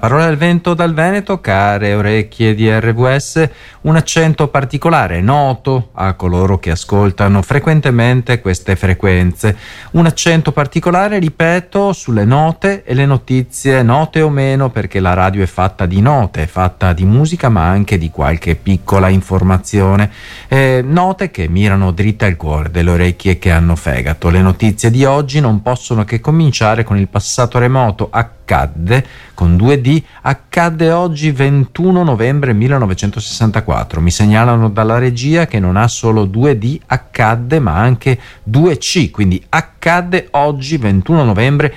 Parola al vento dal Veneto, care orecchie di RVS, un accento particolare noto a coloro che ascoltano frequentemente queste frequenze, un accento particolare, ripeto, sulle note e le notizie, note o meno, perché la radio è fatta di note, è fatta di musica ma anche di qualche piccola informazione, note che mirano dritte al cuore delle orecchie che hanno fegato. Le notizie di oggi non possono che cominciare con il passato remoto. Accadde, con 2D, accadde oggi 21 novembre 1964. Mi segnalano dalla regia che non ha solo 2D, accadde, ma anche 2C, quindi accadde oggi 21 novembre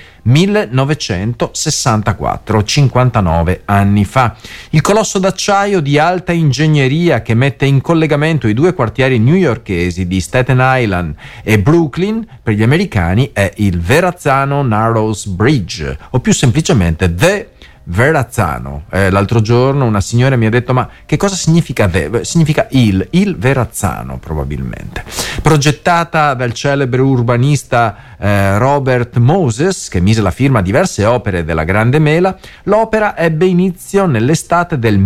1964, 59 anni fa. Il colosso d'acciaio di alta ingegneria che mette in collegamento i due quartieri newyorkesi di Staten Island e Brooklyn per gli americani è il Verrazzano Narrows Bridge, o più semplicemente The Verrazzano. L'altro giorno una signora mi ha detto: ma che cosa significa significa il Verrazzano, probabilmente. Progettata dal celebre urbanista Robert Moses, che mise la firma a diverse opere della Grande Mela, l'opera ebbe inizio nell'estate del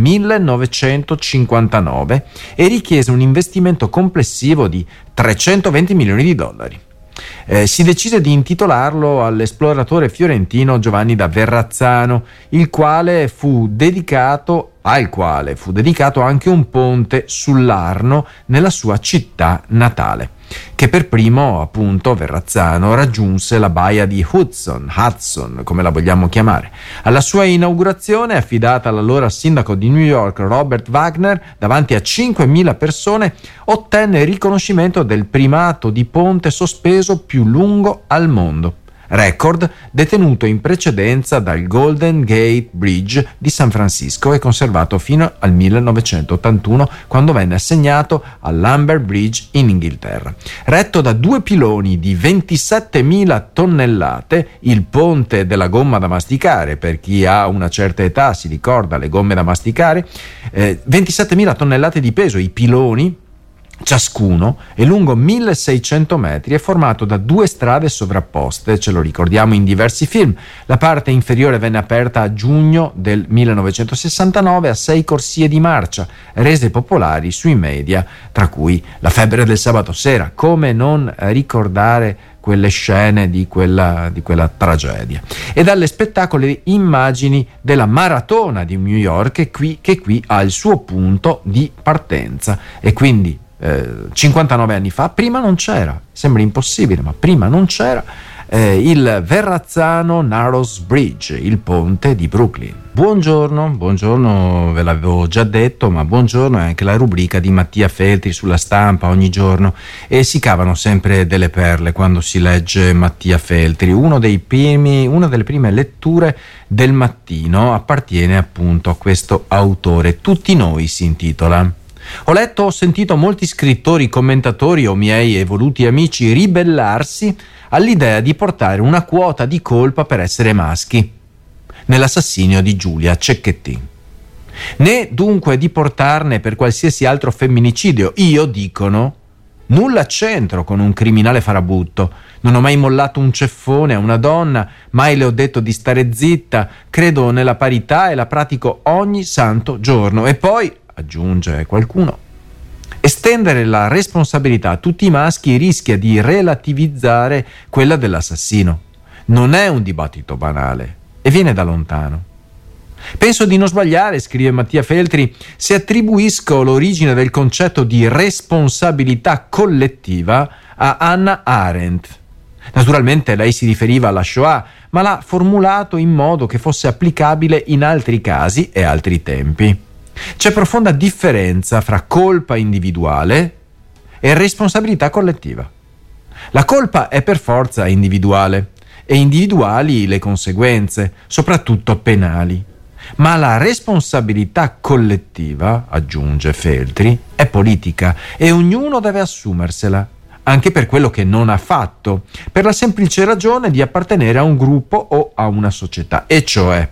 1959 e richiese un investimento complessivo di 320 milioni di dollari. Si decise di intitolarlo all'esploratore fiorentino Giovanni da Verrazzano, al quale fu dedicato anche un ponte sull'Arno nella sua città natale, che per primo, appunto, Verrazzano raggiunse la baia di Hudson, come la vogliamo chiamare. Alla sua inaugurazione, affidata all'allora sindaco di New York Robert Wagner, davanti a 5.000 persone, ottenne il riconoscimento del primato di ponte sospeso più lungo al mondo, record detenuto in precedenza dal Golden Gate Bridge di San Francisco e conservato fino al 1981, quando venne assegnato all'Amber Bridge in Inghilterra. Retto da due piloni di 27.000 tonnellate, il ponte della gomma da masticare, per chi ha una certa età si ricorda le gomme da masticare, 27.000 tonnellate di peso, i piloni ciascuno è lungo 1600 metri, è formato da due strade sovrapposte, ce lo ricordiamo in diversi film. La parte inferiore venne aperta a giugno del 1969 a 6 corsie di marcia, rese popolari sui media, tra cui La febbre del sabato sera. Come non ricordare quelle scene di quella tragedia, e dalle spettacole immagini della maratona di New York che qui ha il suo punto di partenza. E quindi 59 anni fa, prima non c'era, sembra impossibile, ma prima non c'era il Verrazzano Narrows Bridge, il ponte di Brooklyn. Buongiorno, ve l'avevo già detto, ma buongiorno è anche la rubrica di Mattia Feltri sulla Stampa ogni giorno, e si cavano sempre delle perle quando si legge Mattia Feltri. Una delle prime letture del mattino appartiene appunto a questo autore. Tutti noi si intitola. Ho sentito molti scrittori, commentatori o miei evoluti amici ribellarsi all'idea di portare una quota di colpa per essere maschi nell'assassinio di Giulia Cecchettin, né dunque di portarne per qualsiasi altro femminicidio. Io, dicono, nulla c'entro con un criminale farabutto, non ho mai mollato un ceffone a una donna, mai le ho detto di stare zitta, credo nella parità e la pratico ogni santo giorno. E poi, aggiunge qualcuno, estendere la responsabilità a tutti i maschi rischia di relativizzare quella dell'assassino. Non è un dibattito banale e viene da lontano. Penso di non sbagliare, scrive Mattia Feltri, se attribuisco l'origine del concetto di responsabilità collettiva a Hannah Arendt. Naturalmente lei si riferiva alla Shoah, ma l'ha formulato in modo che fosse applicabile in altri casi e altri tempi. C'è profonda differenza fra colpa individuale e responsabilità collettiva. La colpa è per forza individuale e individuali le conseguenze, soprattutto penali. Ma la responsabilità collettiva, aggiunge Feltri, è politica e ognuno deve assumersela, anche per quello che non ha fatto, per la semplice ragione di appartenere a un gruppo o a una società, e cioè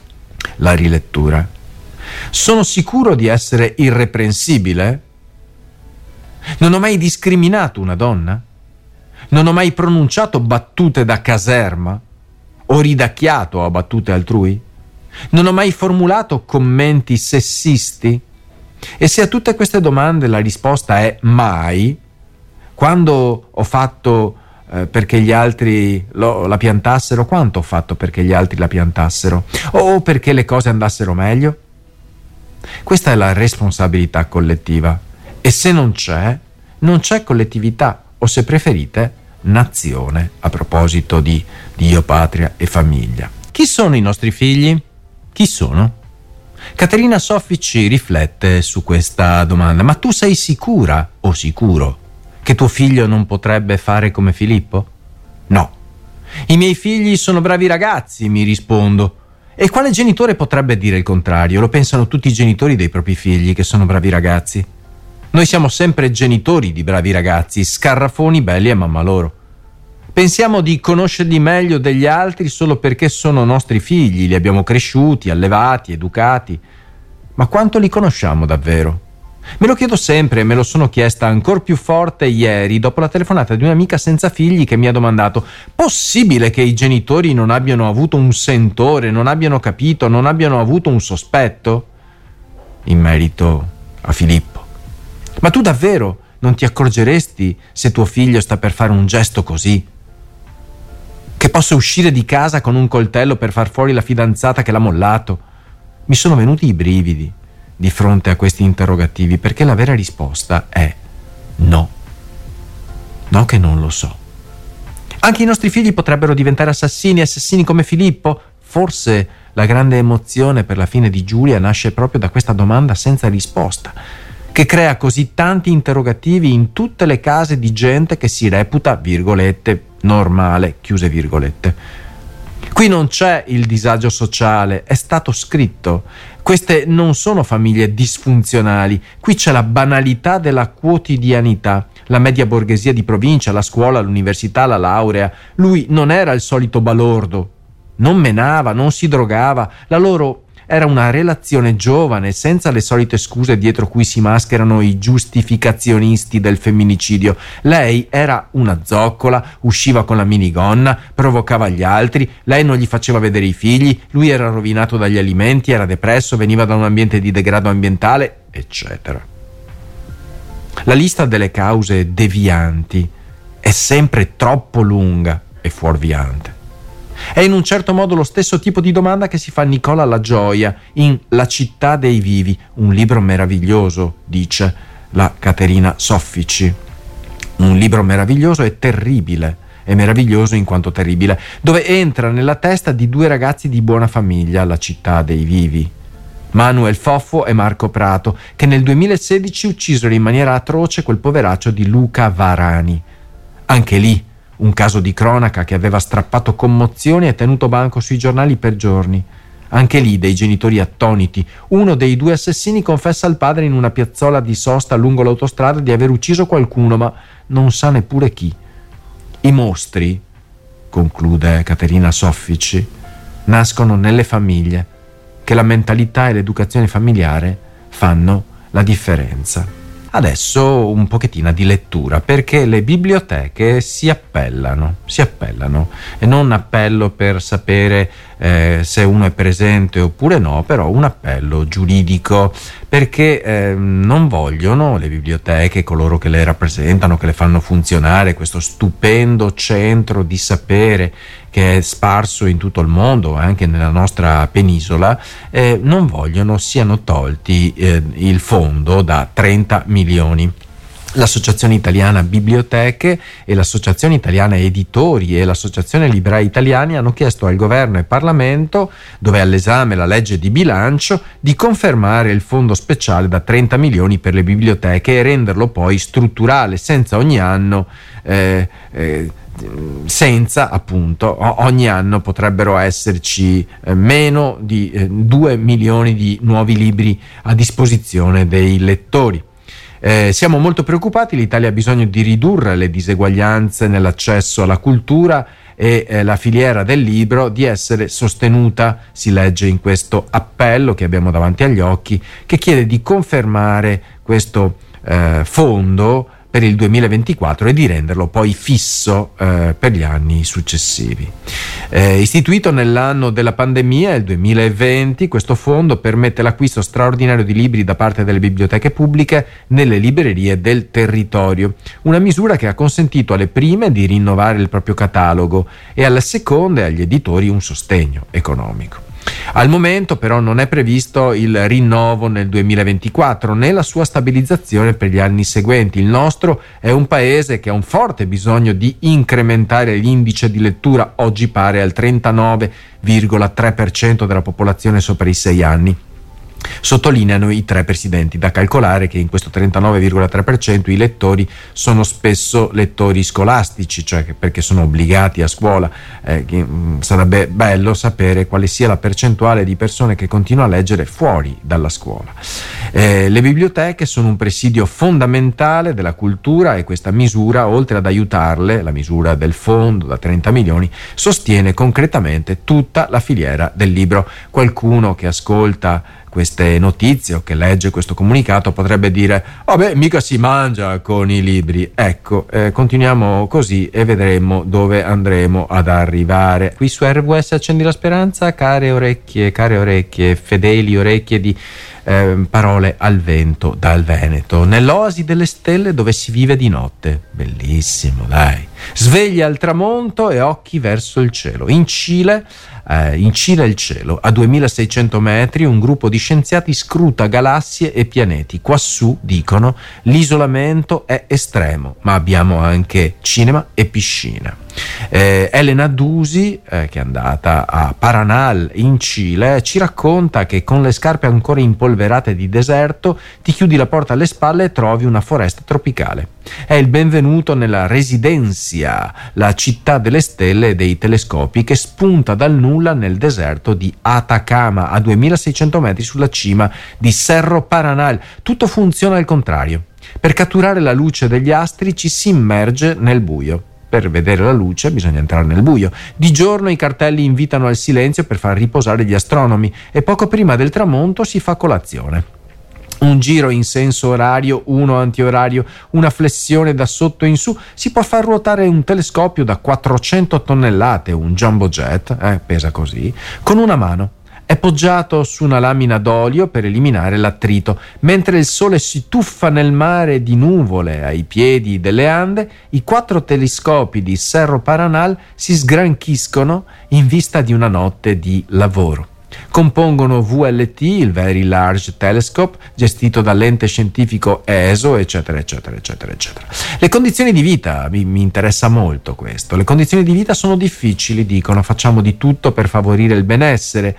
la rilettura. Sono sicuro di essere irreprensibile? Non ho mai discriminato una donna? Non ho mai pronunciato battute da caserma? O ridacchiato a battute altrui? Non ho mai formulato commenti sessisti? E se a tutte queste domande la risposta è mai, quando ho fatto perché gli altri la piantassero, quanto ho fatto perché gli altri la piantassero, o perché le cose andassero meglio? Questa è la responsabilità collettiva, e se non c'è collettività, o se preferite nazione, a proposito di Dio, patria e famiglia. Chi sono i nostri figli? Chi sono? Caterina Soffici riflette su questa domanda. Ma tu sei sicura o sicuro che tuo figlio non potrebbe fare come Filippo? No. I miei figli sono bravi ragazzi, mi rispondo. E quale genitore potrebbe dire il contrario? Lo pensano tutti i genitori dei propri figli che sono bravi ragazzi. Noi siamo sempre genitori di bravi ragazzi, scarrafoni belli a mamma loro. Pensiamo di conoscerli meglio degli altri solo perché sono nostri figli, li abbiamo cresciuti, allevati, educati. Ma quanto li conosciamo davvero? Me lo chiedo sempre e me lo sono chiesta ancor più forte ieri dopo la telefonata di un'amica senza figli che mi ha domandato: possibile che i genitori non abbiano avuto un sentore, non abbiano capito, non abbiano avuto un sospetto? In merito a Filippo. Ma tu davvero non ti accorgeresti se tuo figlio sta per fare un gesto così? Che possa uscire di casa con un coltello per far fuori la fidanzata che l'ha mollato? Mi sono venuti i brividi di fronte a questi interrogativi, perché la vera risposta è no. No, che non lo so. Anche i nostri figli potrebbero diventare assassini come Filippo? Forse la grande emozione per la fine di Giulia nasce proprio da questa domanda senza risposta, che crea così tanti interrogativi in tutte le case di gente che si reputa, virgolette, normale, chiuse virgolette. Qui non c'è il disagio sociale, è stato scritto. Queste non sono famiglie disfunzionali, qui c'è la banalità della quotidianità, la media borghesia di provincia, la scuola, l'università, la laurea. Lui non era il solito balordo, non menava, non si drogava, la loro era una relazione giovane, senza le solite scuse dietro cui si mascherano i giustificazionisti del femminicidio. Lei era una zoccola, usciva con la minigonna, provocava gli altri, lei non gli faceva vedere i figli, lui era rovinato dagli alimenti, era depresso, veniva da un ambiente di degrado ambientale, eccetera. La lista delle cause devianti è sempre troppo lunga e fuorviante. È in un certo modo lo stesso tipo di domanda che si fa Nicola La Gioia in La città dei vivi, un libro meraviglioso, dice la Caterina Soffici. Un libro meraviglioso e terribile, è meraviglioso in quanto terribile, dove entra nella testa di due ragazzi di buona famiglia, La città dei vivi. Manuel Foffo e Marco Prato, che nel 2016 uccisero in maniera atroce quel poveraccio di Luca Varani. Anche lì, un caso di cronaca che aveva strappato commozioni e tenuto banco sui giornali per giorni. Anche lì dei genitori attoniti. Uno dei due assassini confessa al padre in una piazzola di sosta lungo l'autostrada di aver ucciso qualcuno, ma non sa neppure chi. I mostri, conclude Caterina Soffici, nascono nelle famiglie, che la mentalità e l'educazione familiare fanno la differenza. Adesso un pochettino di lettura, perché le biblioteche si appellano, e non appello per sapere se uno è presente oppure no, però un appello giuridico, perché non vogliono le biblioteche, coloro che le rappresentano, che le fanno funzionare, questo stupendo centro di sapere che è sparso in tutto il mondo, anche nella nostra penisola, non vogliono siano tolti il fondo da 30 milioni. L'Associazione Italiana Biblioteche e l'Associazione Italiana Editori e l'Associazione Librai Italiani hanno chiesto al governo e Parlamento, dove è all'esame la legge di bilancio, di confermare il fondo speciale da 30 milioni per le biblioteche e renderlo poi strutturale, senza ogni anno senza appunto ogni anno potrebbero esserci meno di 2 milioni di nuovi libri a disposizione dei lettori. Siamo molto preoccupati, l'Italia ha bisogno di ridurre le diseguaglianze nell'accesso alla cultura e la filiera del libro di essere sostenuta, si legge in questo appello che abbiamo davanti agli occhi, che chiede di confermare questo fondo per il 2024 e di renderlo poi fisso per gli anni successivi. Istituito nell'anno della pandemia, il 2020, questo fondo permette l'acquisto straordinario di libri da parte delle biblioteche pubbliche nelle librerie del territorio, una misura che ha consentito alle prime di rinnovare il proprio catalogo e alle seconde, agli editori, un sostegno economico. Al momento però non è previsto il rinnovo nel 2024 né la sua stabilizzazione per gli anni seguenti. Il nostro è un paese che ha un forte bisogno di incrementare l'indice di lettura, oggi pare al 39,3% della popolazione sopra i 6 anni. Sottolineano i 3 presidenti. Da calcolare che in questo 39,3% i lettori sono spesso lettori scolastici, cioè perché sono obbligati a scuola. Sarebbe bello sapere quale sia la percentuale di persone che continua a leggere fuori dalla scuola. Le biblioteche sono un presidio fondamentale della cultura e questa misura, oltre ad aiutarle, la misura del fondo da 30 milioni, sostiene concretamente tutta la filiera del libro. Qualcuno che ascolta queste notizie o che legge questo comunicato potrebbe dire: vabbè, mica si mangia con i libri. Ecco, continuiamo così e vedremo dove andremo ad arrivare. Qui su RWS Accendi la Speranza, care orecchie, fedeli orecchie di parole al vento dal Veneto, nell'oasi delle stelle dove si vive di notte. Bellissimo, dai. Sveglia al tramonto e occhi verso il cielo. In Cile il cielo, a 2600 metri, un gruppo di scienziati scruta galassie e pianeti. Quassù, dicono, l'isolamento è estremo, ma abbiamo anche cinema e piscina. Elena Dusi, che è andata a Paranal in Cile, ci racconta che con le scarpe ancora impolverate di deserto ti chiudi la porta alle spalle e trovi una foresta tropicale. È il benvenuto nella Residencia, la città delle stelle e dei telescopi che spunta dal nulla nel deserto di Atacama, a 2600 metri sulla cima di Cerro Paranal. Tutto funziona al contrario. Per catturare la luce degli astri ci si immerge nel buio. Per vedere la luce bisogna entrare nel buio. Di giorno i cartelli invitano al silenzio per far riposare gli astronomi e poco prima del tramonto si fa colazione. Un giro in senso orario, uno antiorario, una flessione da sotto in su. Si può far ruotare un telescopio da 400 tonnellate, un jumbo jet, pesa così, con una mano. È poggiato su una lamina d'olio per eliminare l'attrito. Mentre il sole si tuffa nel mare di nuvole ai piedi delle Ande, i 4 telescopi di Cerro Paranal si sgranchiscono in vista di una notte di lavoro. Compongono VLT, il Very Large Telescope, gestito dall'ente scientifico ESO, eccetera, eccetera, eccetera, eccetera. Le condizioni di vita, mi interessa molto questo. Le condizioni di vita sono difficili, dicono, facciamo di tutto per favorire il benessere,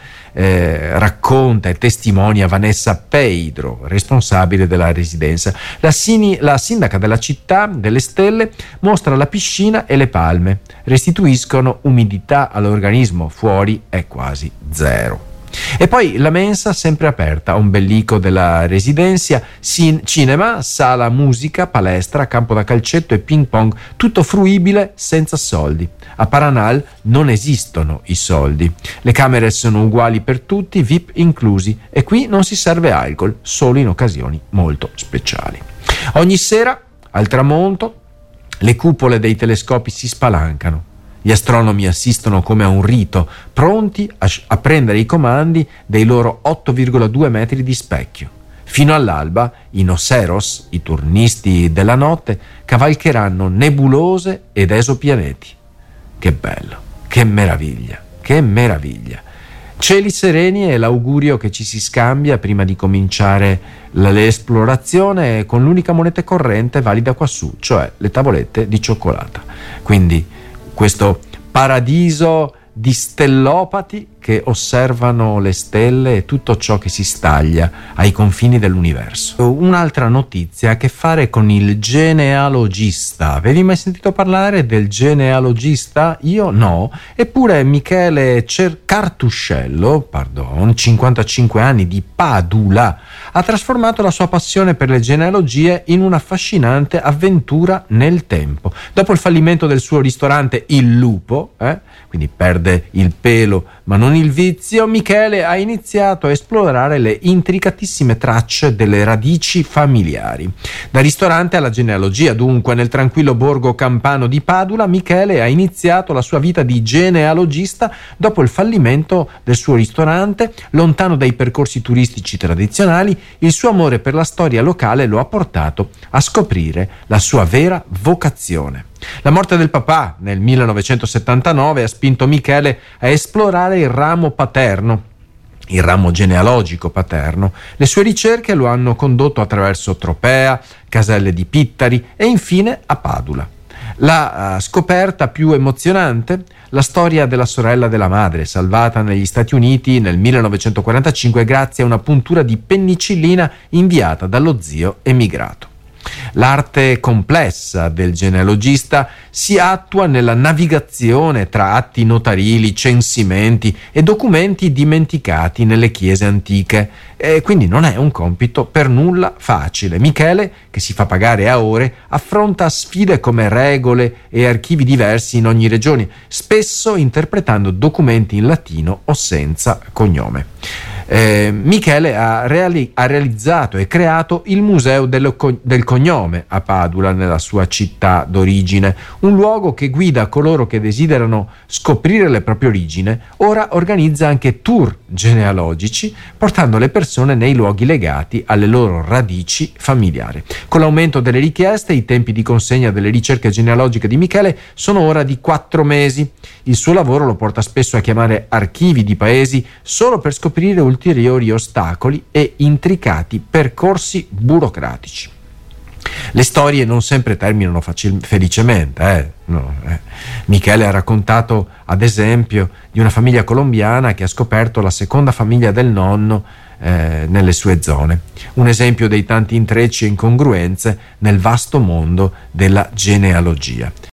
racconta e testimonia Vanessa Pedro, responsabile della residenza. La sindaca della città delle stelle mostra la piscina e le palme, restituiscono umidità all'organismo, fuori è quasi zero. E poi la mensa sempre aperta, ombelico della residenza, cinema, sala musica, palestra, campo da calcetto e ping pong, tutto fruibile senza soldi. A Paranal non esistono i soldi, le camere sono uguali per tutti, VIP inclusi, e qui non si serve alcol, solo in occasioni molto speciali. Ogni sera, al tramonto, le cupole dei telescopi si spalancano. Gli astronomi assistono come a un rito, pronti a prendere i comandi dei loro 8,2 metri di specchio. Fino all'alba i Noceros, i turnisti della notte, cavalcheranno nebulose ed esopianeti. Che bello, che meraviglia, che meraviglia. Cieli sereni è l'augurio che ci si scambia prima di cominciare l'esplorazione con l'unica moneta corrente valida quassù, cioè le tavolette di cioccolata. Quindi questo paradiso di stellopati che osservano le stelle e tutto ciò che si staglia ai confini dell'universo. Un'altra notizia ha a che fare con il genealogista. Avevi mai sentito parlare del genealogista? Io no. Eppure Michele Cartuscello, 55 anni, di Padula, ha trasformato la sua passione per le genealogie in una affascinante avventura nel tempo. Dopo il fallimento del suo ristorante Il Lupo, quindi perde il pelo ma non il vizio, Michele ha iniziato a esplorare le intricatissime tracce delle radici familiari. Da ristorante alla genealogia, dunque, nel tranquillo borgo campano di Padula, Michele ha iniziato la sua vita di genealogista dopo il fallimento del suo ristorante. Lontano dai percorsi turistici tradizionali, il suo amore per la storia locale lo ha portato a scoprire la sua vera vocazione. La morte del papà nel 1979 ha spinto Michele a esplorare il ramo paterno, il ramo genealogico paterno. Le sue ricerche lo hanno condotto attraverso Tropea, Caselle di Pittari e infine a Padula. La scoperta più emozionante? La storia della sorella della madre, salvata negli Stati Uniti nel 1945 grazie a una puntura di penicillina inviata dallo zio emigrato. L'arte complessa del genealogista si attua nella navigazione tra atti notarili, censimenti e documenti dimenticati nelle chiese antiche, e quindi non è un compito per nulla facile. Michele, che si fa pagare a ore, affronta sfide come regole e archivi diversi in ogni regione, spesso interpretando documenti in latino o senza cognome. Michele ha realizzato e creato il Museo del Cognome a Padula, nella sua città d'origine, un luogo che guida coloro che desiderano scoprire le proprie origini. Ora organizza anche tour genealogici, portando le persone nei luoghi legati alle loro radici familiari. Con l'aumento delle richieste, i tempi di consegna delle ricerche genealogiche di Michele sono ora di 4 mesi. Il suo lavoro lo porta spesso a chiamare archivi di paesi solo per scoprire ulteriori ostacoli e intricati percorsi burocratici. Le storie non sempre terminano felicemente. Michele ha raccontato, ad esempio, di una famiglia colombiana che ha scoperto la seconda famiglia del nonno nelle sue zone. Un esempio dei tanti intrecci e incongruenze nel vasto mondo della genealogia.